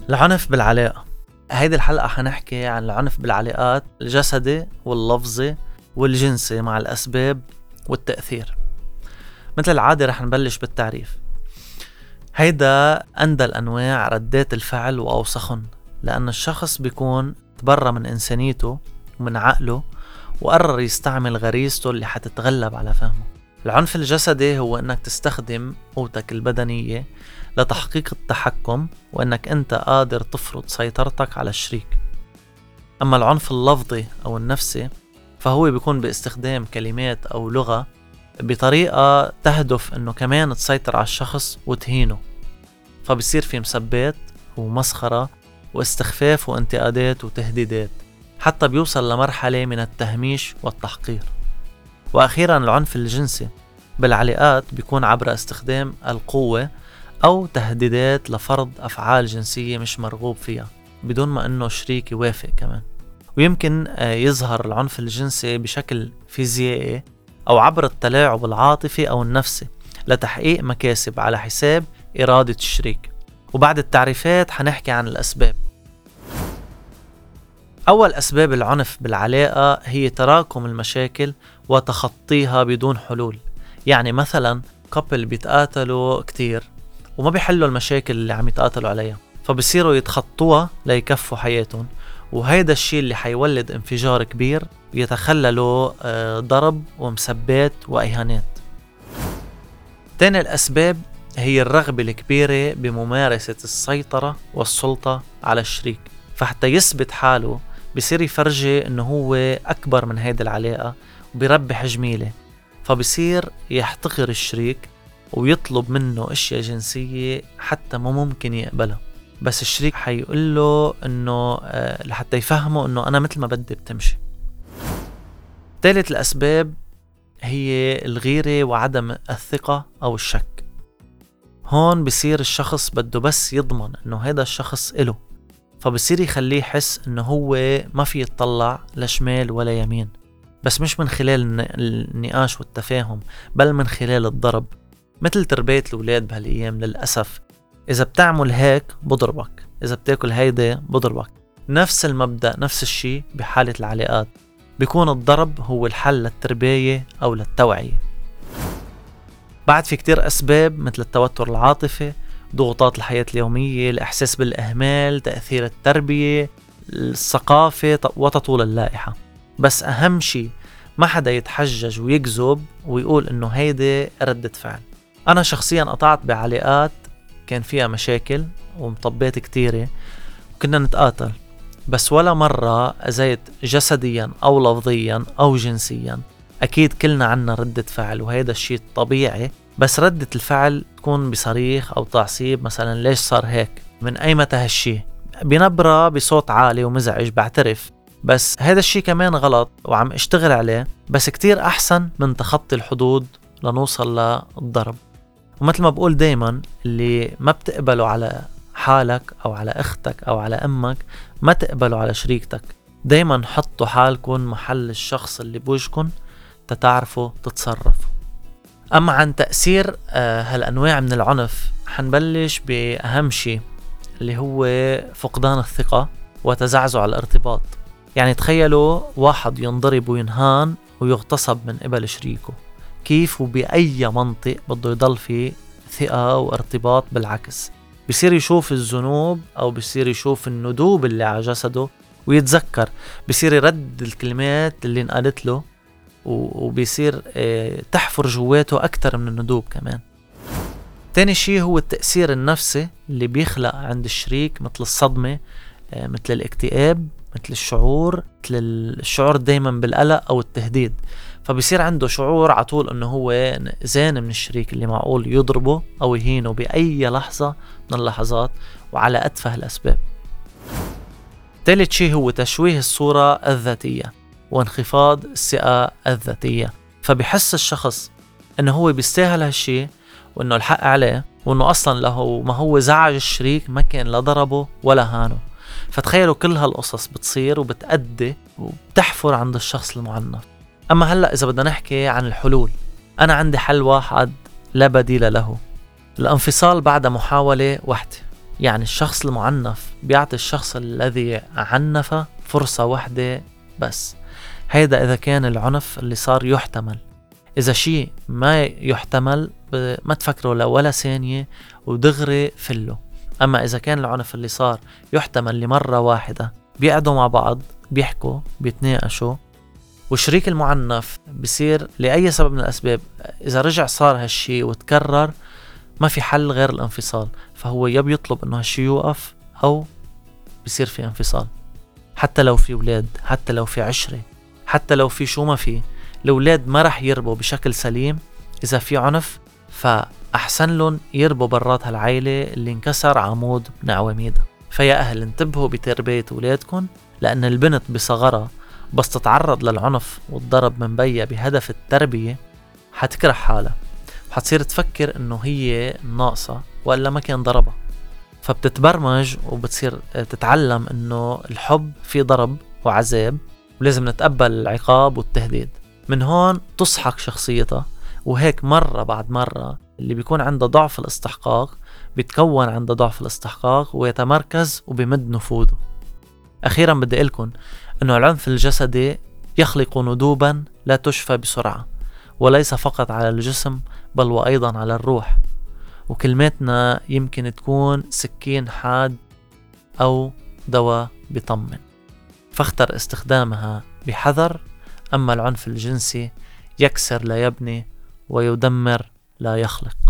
العنف بالعلاقة. هيدي الحلقة حنحكي عن العنف بالعلاقات الجسدي واللفظي والجنسي مع الأسباب والتأثير. مثل العادة رح نبلش بالتعريف. هيدا أندل أنواع ردات الفعل وأوسخن، لأن الشخص بيكون تبرى من إنسانيته ومن عقله وقرر يستعمل غريزته اللي حتتغلب على فهمه. العنف الجسدي هو أنك تستخدم قوتك البدنية لتحقيق التحكم وأنك أنت قادر تفرض سيطرتك على الشريك. أما العنف اللفظي أو النفسي فهو بيكون باستخدام كلمات أو لغة بطريقة تهدف أنه كمان تسيطر على الشخص وتهينه، فبصير في مسبات ومسخرة واستخفاف وانتقادات وتهديدات، حتى بيوصل لمرحلة من التهميش والتحقير. وأخيرا العنف الجنسي بالعلاقات بيكون عبر استخدام القوة أو تهديدات لفرض أفعال جنسية مش مرغوب فيها بدون ما أنه شريك يوافق كمان. ويمكن يظهر العنف الجنسي بشكل فيزيائي أو عبر التلاعب العاطفي أو النفسي لتحقيق مكاسب على حساب إرادة الشريك. وبعد التعريفات حنحكي عن الأسباب. أول أسباب العنف بالعلاقة هي تراكم المشاكل وتخطيها بدون حلول. يعني مثلا كابل بيتقاتلوا كتير وما بيحلوا المشاكل اللي عم يتقاتلوا عليها، فبصيروا يتخطوها ليكفوا حياتهم، وهيدا الشيء اللي حيولد انفجار كبير يتخلله ضرب ومسبات وإهانات. تاني الأسباب هي الرغبة الكبيرة بممارسة السيطرة والسلطة على الشريك، فحتى يثبت حاله بصير يفرجي انه هو اكبر من هيدا العلاقة وبيربح جميلة، فبصير يحتقر الشريك ويطلب منه اشياء جنسية حتى ما ممكن يقبلها، بس الشريك حيقول له انه لحتى يفهمه انه انا مثل ما بدي بتمشي. ثالث الاسباب هي الغيرة وعدم الثقة او الشك. هون بصير الشخص بده بس يضمن انه هذا الشخص إله، فبصير يخليه يحس انه هو ما في يتطلع لشمال ولا يمين، بس مش من خلال النقاش والتفاهم بل من خلال الضرب. مثل تربية الأولاد بهالأيام للأسف، إذا بتعمل هيك بضربك، إذا بتاكل هيدا بضربك. نفس المبدأ نفس الشيء بحالة العلاقات، بيكون الضرب هو الحل للتربية أو للتوعية. بعد في كتير أسباب مثل التوتر العاطفي، ضغوطات الحياة اليومية، الإحساس بالإهمال، تأثير التربية، الثقافة وتطول اللائحة. بس أهم شيء ما حدا يتحجج ويكذب ويقول إنه هيدا ردة فعل. أنا شخصيا قطعت بعلاقات كان فيها مشاكل ومطبات كتيرة وكنا نتقاتل، بس ولا مرة أذيت جسديا أو لفظيا أو جنسيا. أكيد كلنا عنا ردة فعل وهذا الشيء طبيعي، بس ردة الفعل تكون بصريخ أو تعصيب، مثلا ليش صار هيك، من أي متى هالشي، بنبرة بصوت عالي ومزعج بعترف، بس هذا الشيء كمان غلط وعم اشتغل عليه، بس كتير أحسن من تخطي الحدود لنوصل للضرب. ومثل ما بقول دايما، اللي ما بتقبله على حالك أو على أختك أو على أمك ما تقبله على شريكتك. دايما حطوا حالكم محل الشخص اللي بوجهكم تتعرفوا تتصرفوا. أما عن تأثير هالأنواع من العنف، حنبلش بأهم شيء اللي هو فقدان الثقة وتزعزع الارتباط. يعني تخيلوا واحد ينضرب وينهان ويغتصب من قبل شريكه، كيف وبأي منطق بده يضل فيه ثقة وارتباط؟ بالعكس، بيصير يشوف الذنوب أو بيصير يشوف الندوب اللي على جسده ويتذكر، بيصير يرد الكلمات اللي انقالت له وبيصير تحفر جواته أكتر من الندوب كمان. تاني شيء هو التأثير النفسي اللي بيخلق عند الشريك، مثل الصدمة، مثل الاكتئاب، مثل الشعور دايما بالقلق أو التهديد. فبيصير عنده شعور عطول أنه هو زان من الشريك اللي معقول يضربه أو يهينه بأي لحظة من اللحظات وعلى أتفه الأسباب. ثالث شيء هو تشويه الصورة الذاتية وانخفاض الثقة الذاتية. فبيحس الشخص أنه هو بيستاهل هالشيء وأنه الحق عليه، وأنه أصلا له ما هو زعج الشريك ما كان لا ضربه ولا هانه. فتخيلوا كل هالقصص بتصير وبتأدي وبتحفر عند الشخص المعنف. أما هلأ إذا بدنا نحكي عن الحلول، أنا عندي حل واحد لا بديل له: الانفصال بعد محاولة واحدة. يعني الشخص المعنف بيعطي الشخص الذي عنف فرصة واحدة بس. هيدا إذا كان العنف اللي صار يحتمل. إذا شيء ما يحتمل ما تفكروا لو ولا ثانية ودغري فله. أما إذا كان العنف اللي صار يحتمل لمرة واحدة، بيقعدوا مع بعض بيحكوا بيتناقشوا، وشريك المعنف بصير لأي سبب من الأسباب إذا رجع صار هالشي وتكرر ما في حل غير الانفصال، فهو يا بيطلب إنه هالشي يوقف أو بصير في انفصال. حتى لو في أولاد، حتى لو في عشرة، حتى لو في شو ما في، الأولاد ما رح يربوا بشكل سليم إذا في عنف، فأحسن لهم يربوا برات هالعائلة اللي انكسر عمود من عواميدها. فيا أهل انتبهوا بتربية أولادكم، لأن البنت بصغرها بس تتعرض للعنف والضرب من بيها بهدف التربية حتكره حالها، وحتصير تفكر إنه هي ناقصة وإلا ما كان ضربها، فبتتبرمج وبتصير تتعلم إنه الحب فيه ضرب وعذاب ولازم نتقبل العقاب والتهديد. من هون تصحك شخصيتها، وهيك مرة بعد مرة اللي بيكون عنده ضعف الاستحقاق بيتكون عنده ضعف الاستحقاق ويتمركز وبيمد نفوذه. أخيرا بدي أقولكم أنه العنف الجسدي يخلق ندوبا لا تشفى بسرعة، وليس فقط على الجسم بل وأيضا على الروح، وكلماتنا يمكن تكون سكين حاد أو دواء بيطمن، فاختر استخدامها بحذر. أما العنف الجنسي يكسر لا يبني ويدمر لا يخلق.